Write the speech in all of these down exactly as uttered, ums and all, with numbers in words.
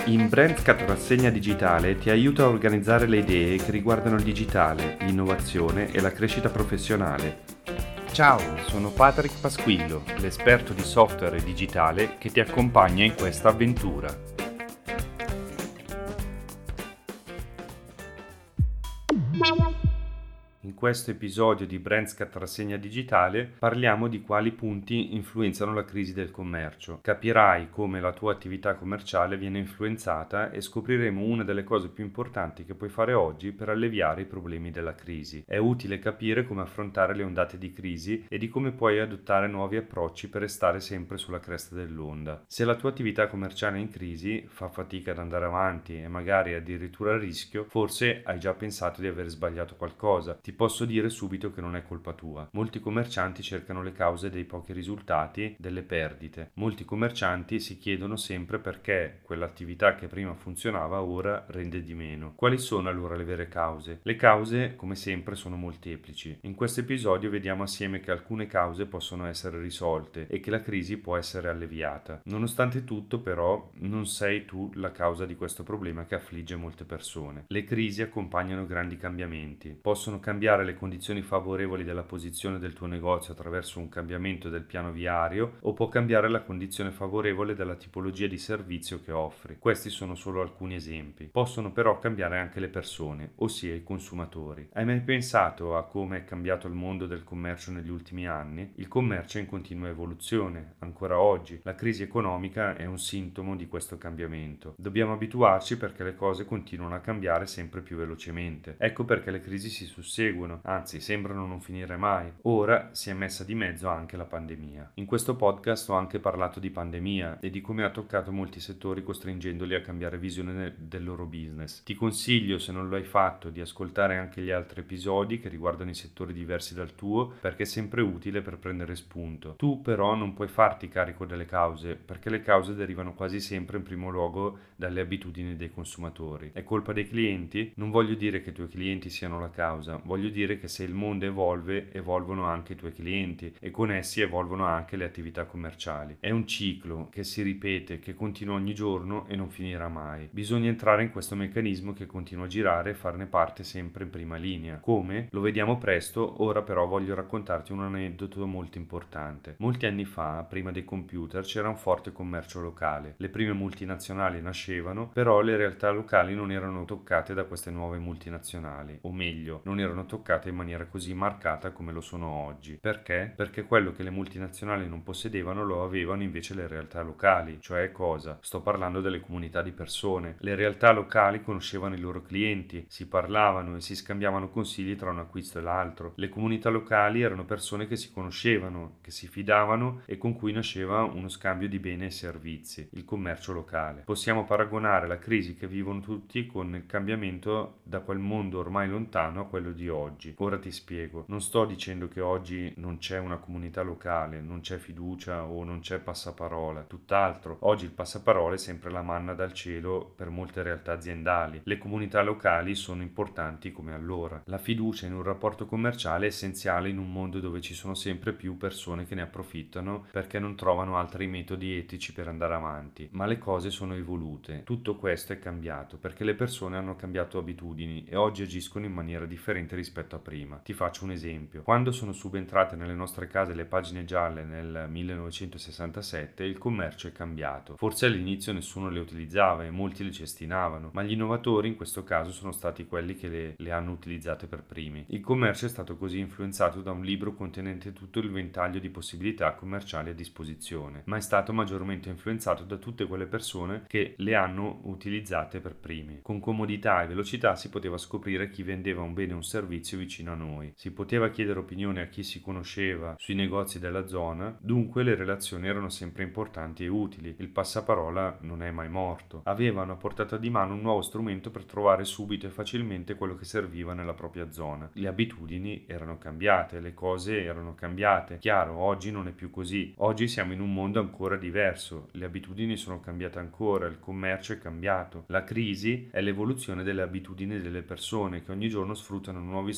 In BrandScat Rassegna Digitale ti aiuta a organizzare le idee che riguardano il digitale, l'innovazione e la crescita professionale. Ciao, sono Patrick Pasquillo, l'esperto di software digitale che ti accompagna in questa avventura. In questo episodio di BrandScat Rassegna Digitale parliamo di quali punti influenzano la crisi del commercio. Capirai come la tua attività commerciale viene influenzata e scopriremo una delle cose più importanti che puoi fare oggi per alleviare i problemi della crisi. È utile capire come affrontare le ondate di crisi e di come puoi adottare nuovi approcci per restare sempre sulla cresta dell'onda. Se la tua attività commerciale è in crisi, fa fatica ad andare avanti e magari addirittura a rischio, forse hai già pensato di aver sbagliato qualcosa. Ti posso dire subito che non è colpa tua. Molti commercianti cercano le cause dei pochi risultati, delle perdite. Molti commercianti si chiedono sempre perché quell'attività che prima funzionava ora rende di meno. Quali sono allora le vere cause? Le cause, come sempre, sono molteplici. In questo episodio vediamo assieme che alcune cause possono essere risolte e che la crisi può essere alleviata. Nonostante tutto, però, non sei tu la causa di questo problema che affligge molte persone. Le crisi accompagnano grandi cambiamenti. Possono cambiare le condizioni favorevoli della posizione del tuo negozio attraverso un cambiamento del piano viario o può cambiare la condizione favorevole della tipologia di servizio che offri. Questi sono solo alcuni esempi. Possono però cambiare anche le persone, ossia i consumatori. Hai mai pensato a come è cambiato il mondo del commercio negli ultimi anni? Il commercio è in continua evoluzione, ancora oggi. La crisi economica è un sintomo di questo cambiamento. Dobbiamo abituarci perché le cose continuano a cambiare sempre più velocemente. Ecco perché le crisi si susseguono, anzi sembrano non finire mai. Ora si è messa di mezzo anche la pandemia. In questo podcast ho anche parlato di pandemia e di come ha toccato molti settori costringendoli a cambiare visione del loro business. Ti consiglio, se non lo hai fatto, di ascoltare anche gli altri episodi che riguardano i settori diversi dal tuo, perché è sempre utile per prendere spunto. Tu però non puoi farti carico delle cause, perché le cause derivano quasi sempre in primo luogo dalle abitudini dei consumatori. È colpa dei clienti? Non voglio dire che i tuoi clienti siano la causa, voglio dire che se il mondo evolve, evolvono anche i tuoi clienti e con essi evolvono anche le attività commerciali. È un ciclo che si ripete, che continua ogni giorno e non finirà mai. Bisogna entrare in questo meccanismo che continua a girare e farne parte sempre in prima linea. Come? Lo vediamo presto, ora però voglio raccontarti un aneddoto molto importante. Molti anni fa, prima dei computer, c'era un forte commercio locale. Le prime multinazionali nascevano, però le realtà locali non erano toccate da queste nuove multinazionali, o meglio, non erano toccate in maniera così marcata come lo sono oggi. Perché? Perché quello che le multinazionali non possedevano lo avevano invece le realtà locali. Cioè cosa? Sto parlando delle comunità di persone. Le realtà locali conoscevano i loro clienti, si parlavano e si scambiavano consigli tra un acquisto e l'altro. Le comunità locali erano persone che si conoscevano, che si fidavano e con cui nasceva uno scambio di beni e servizi, il commercio locale. Possiamo paragonare la crisi che vivono tutti con il cambiamento da quel mondo ormai lontano a quello di oggi. Ora ti spiego. Non sto dicendo che oggi non c'è una comunità locale, non c'è fiducia o non c'è passaparola. Tutt'altro. Oggi il passaparola è sempre la manna dal cielo per molte realtà aziendali. Le comunità locali sono importanti come allora. La fiducia in un rapporto commerciale è essenziale in un mondo dove ci sono sempre più persone che ne approfittano perché non trovano altri metodi etici per andare avanti. Ma le cose sono evolute. Tutto questo è cambiato perché le persone hanno cambiato abitudini e oggi agiscono in maniera differente rispetto a prima. Ti faccio un esempio. Quando sono subentrate nelle nostre case le pagine gialle nel millenovecentosessantasette, il commercio è cambiato. Forse all'inizio nessuno le utilizzava e molti le cestinavano, ma gli innovatori in questo caso sono stati quelli che le, le hanno utilizzate per primi. Il commercio è stato così influenzato da un libro contenente tutto il ventaglio di possibilità commerciali a disposizione, ma è stato maggiormente influenzato da tutte quelle persone che le hanno utilizzate per primi. Con comodità e velocità si poteva scoprire chi vendeva un bene o un servizio vicino a noi. Si poteva chiedere opinione a chi si conosceva sui negozi della zona, dunque le relazioni erano sempre importanti e utili. Il passaparola non è mai morto. Avevano a portata di mano un nuovo strumento per trovare subito e facilmente quello che serviva nella propria zona. Le abitudini erano cambiate, le cose erano cambiate. Chiaro, oggi non è più così. Oggi siamo in un mondo ancora diverso. Le abitudini sono cambiate ancora, il commercio è cambiato. La crisi è l'evoluzione delle abitudini delle persone che ogni giorno sfruttano nuovi strumenti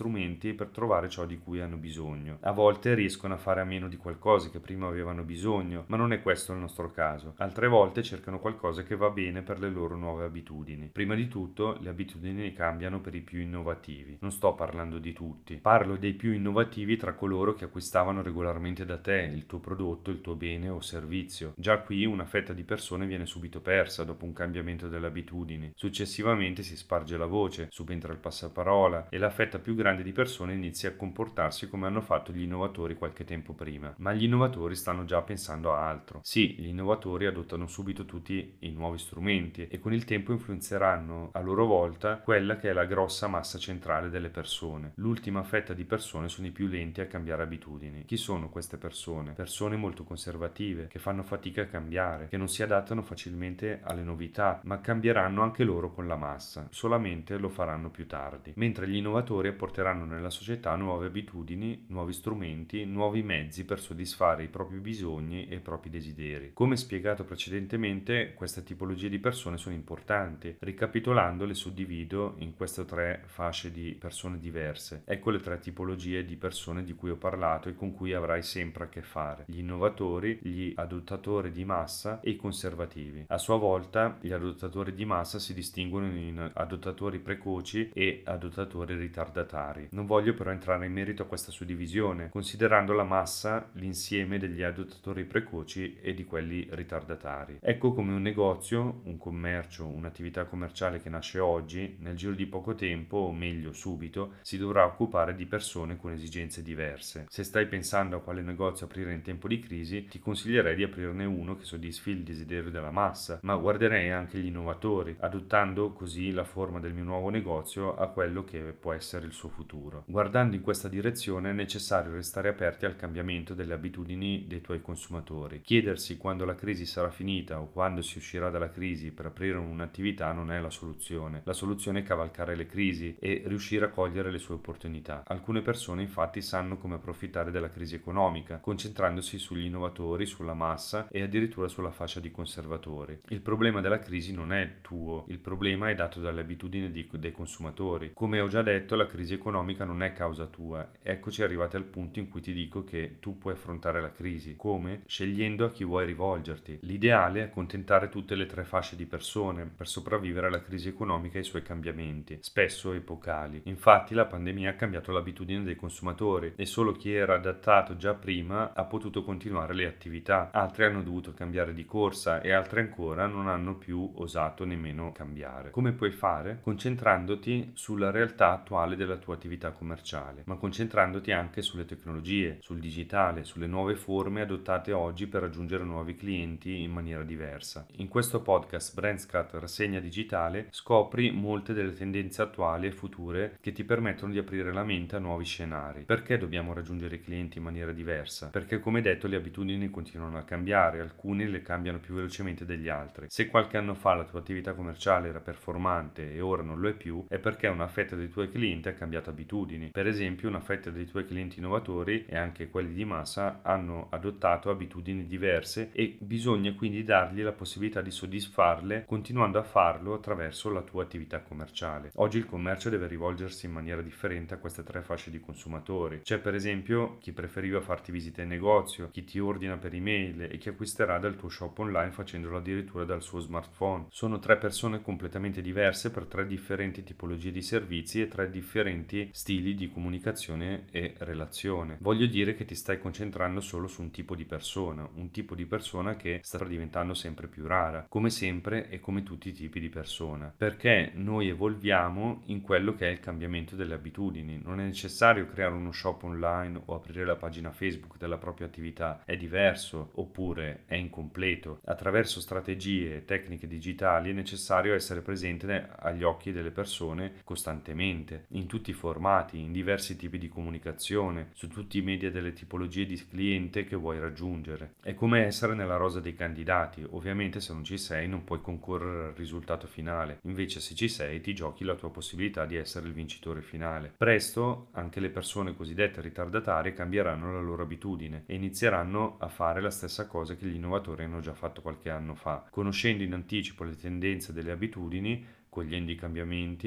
strumenti per trovare ciò di cui hanno bisogno. A volte riescono a fare a meno di qualcosa che prima avevano bisogno, ma non è questo il nostro caso. Altre volte cercano qualcosa che va bene per le loro nuove abitudini. Prima di tutto, le abitudini cambiano per i più innovativi. Non sto parlando di tutti. Parlo dei più innovativi tra coloro che acquistavano regolarmente da te il tuo prodotto, il tuo bene o servizio. Già qui una fetta di persone viene subito persa dopo un cambiamento delle abitudini. Successivamente si sparge la voce, subentra il passaparola e la fetta più grande di persone inizia a comportarsi come hanno fatto gli innovatori qualche tempo prima. Ma gli innovatori stanno già pensando a altro. Sì, gli innovatori adottano subito tutti i nuovi strumenti e con il tempo influenzeranno a loro volta quella che è la grossa massa centrale delle persone. L'ultima fetta di persone sono i più lenti a cambiare abitudini. Chi sono queste persone? Persone molto conservative, che fanno fatica a cambiare, che non si adattano facilmente alle novità, ma cambieranno anche loro con la massa, solamente lo faranno più tardi. Mentre gli innovatori apporteranno nella società nuove abitudini, nuovi strumenti, nuovi mezzi per soddisfare i propri bisogni e i propri desideri. Come spiegato precedentemente, queste tipologie di persone sono importanti. Ricapitolando, le suddivido in queste tre fasce di persone diverse. Ecco le tre tipologie di persone di cui ho parlato e con cui avrai sempre a che fare: gli innovatori, gli adottatori di massa e i conservativi. A sua volta, gli adottatori di massa si distinguono in adottatori precoci e adottatori ritardatari. Non voglio però entrare in merito a questa suddivisione, considerando la massa l'insieme degli adottatori precoci e di quelli ritardatari. Ecco come un negozio, un commercio, un'attività commerciale che nasce oggi, nel giro di poco tempo, o meglio subito, si dovrà occupare di persone con esigenze diverse. Se stai pensando a quale negozio aprire in tempo di crisi, ti consiglierei di aprirne uno che soddisfi il desiderio della massa, ma guarderei anche gli innovatori, adottando così la forma del mio nuovo negozio a quello che può essere il suo futuro. Guardando in questa direzione è necessario restare aperti al cambiamento delle abitudini dei tuoi consumatori. Chiedersi quando la crisi sarà finita o quando si uscirà dalla crisi per aprire un'attività non è la soluzione. La soluzione è cavalcare le crisi e riuscire a cogliere le sue opportunità. Alcune persone infatti sanno come approfittare della crisi economica, concentrandosi sugli innovatori, sulla massa e addirittura sulla fascia di conservatori. Il problema della crisi non è tuo, il problema è dato dalle abitudini di, dei consumatori. Come ho già detto, la crisi economica non è causa tua. Eccoci arrivati al punto in cui ti dico che tu puoi affrontare la crisi. Come? Scegliendo a chi vuoi rivolgerti. L'ideale è accontentare tutte le tre fasce di persone per sopravvivere alla crisi economica e ai suoi cambiamenti, spesso epocali. Infatti la pandemia ha cambiato l'abitudine dei consumatori e solo chi era adattato già prima ha potuto continuare le attività. Altri hanno dovuto cambiare di corsa e altri ancora non hanno più osato nemmeno cambiare. Come puoi fare? Concentrandoti sulla realtà attuale della tua attività commerciale, ma concentrandoti anche sulle tecnologie, sul digitale, sulle nuove forme adottate oggi per raggiungere nuovi clienti in maniera diversa. In questo podcast BrandScat Rassegna Digitale scopri molte delle tendenze attuali e future che ti permettono di aprire la mente a nuovi scenari. Perché dobbiamo raggiungere i clienti in maniera diversa? Perché, come detto, le abitudini continuano a cambiare, alcuni le cambiano più velocemente degli altri. Se qualche anno fa la tua attività commerciale era performante e ora non lo è più, è perché una fetta dei tuoi clienti ha cambiato abitudini. Per esempio, una fetta dei tuoi clienti innovatori e anche quelli di massa hanno adottato abitudini diverse e bisogna quindi dargli la possibilità di soddisfarle continuando a farlo attraverso la tua attività commerciale. Oggi il commercio deve rivolgersi in maniera differente a queste tre fasce di consumatori. C'è per esempio chi preferiva farti visita in negozio, chi ti ordina per email e chi acquisterà dal tuo shop online facendolo addirittura dal suo smartphone. Sono tre persone completamente diverse per tre differenti tipologie di servizi e tre differenti stili di comunicazione e relazione. Voglio dire che ti stai concentrando solo su un tipo di persona, un tipo di persona che sta diventando sempre più rara, come sempre e come tutti i tipi di persona, perché noi evolviamo in quello che è il cambiamento delle abitudini. Non è necessario creare uno shop online o aprire la pagina Facebook della propria attività, è diverso oppure è incompleto. Attraverso strategie e tecniche digitali è necessario essere presente agli occhi delle persone costantemente, in tutti i formati, in diversi tipi di comunicazione, su tutti i media delle tipologie di cliente che vuoi raggiungere. È come essere nella rosa dei candidati. Ovviamente se non ci sei non puoi concorrere al risultato finale, invece se ci sei ti giochi la tua possibilità di essere il vincitore finale. Presto anche le persone cosiddette ritardatarie cambieranno la loro abitudine e inizieranno a fare la stessa cosa che gli innovatori hanno già fatto qualche anno fa, conoscendo in anticipo le tendenze delle abitudini, cogliendo i cambiamenti,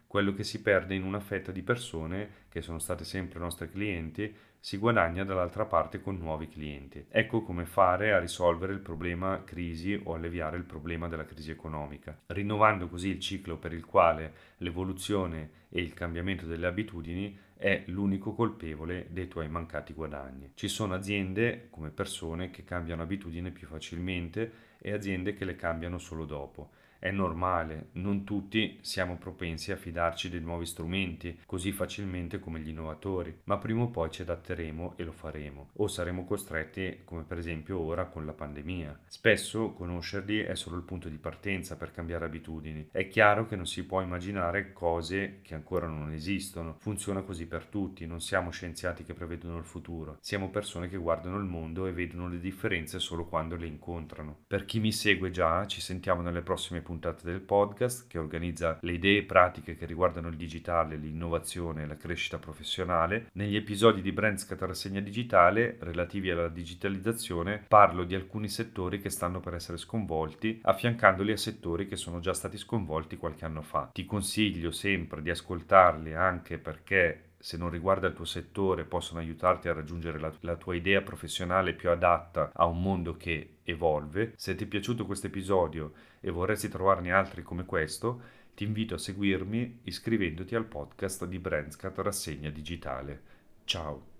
Quello che si perde in una fetta di persone, che sono state sempre nostri clienti, si guadagna dall'altra parte con nuovi clienti. Ecco come fare a risolvere il problema crisi o alleviare il problema della crisi economica, rinnovando così il ciclo per il quale l'evoluzione e il cambiamento delle abitudini è l'unico colpevole dei tuoi mancati guadagni. Ci sono aziende come persone che cambiano abitudini più facilmente e aziende che le cambiano solo dopo. È normale, non tutti siamo propensi a fidarci dei nuovi strumenti così facilmente come gli innovatori, ma prima o poi ci adatteremo e lo faremo, o saremo costretti, come per esempio ora con la pandemia. Spesso conoscerli è solo il punto di partenza per cambiare abitudini. È chiaro che non si può immaginare cose che ancora non esistono. Funziona così per tutti, non siamo scienziati che prevedono il futuro, siamo persone che guardano il mondo e vedono le differenze solo quando le incontrano. Per chi mi segue già, ci sentiamo nelle prossime puntate del podcast che organizza le idee pratiche che riguardano il digitale, l'innovazione e la crescita professionale. Negli episodi di Brandscat Rassegna Digitale relativi alla digitalizzazione parlo di alcuni settori che stanno per essere sconvolti, affiancandoli a settori che sono già stati sconvolti qualche anno fa. Ti consiglio sempre di ascoltarli anche perché se non riguarda il tuo settore possono aiutarti a raggiungere la, la tua idea professionale più adatta a un mondo che evolve. Se ti è piaciuto questo episodio e vorresti trovarne altri come questo, ti invito a seguirmi iscrivendoti al podcast di Brandscat Rassegna Digitale. Ciao!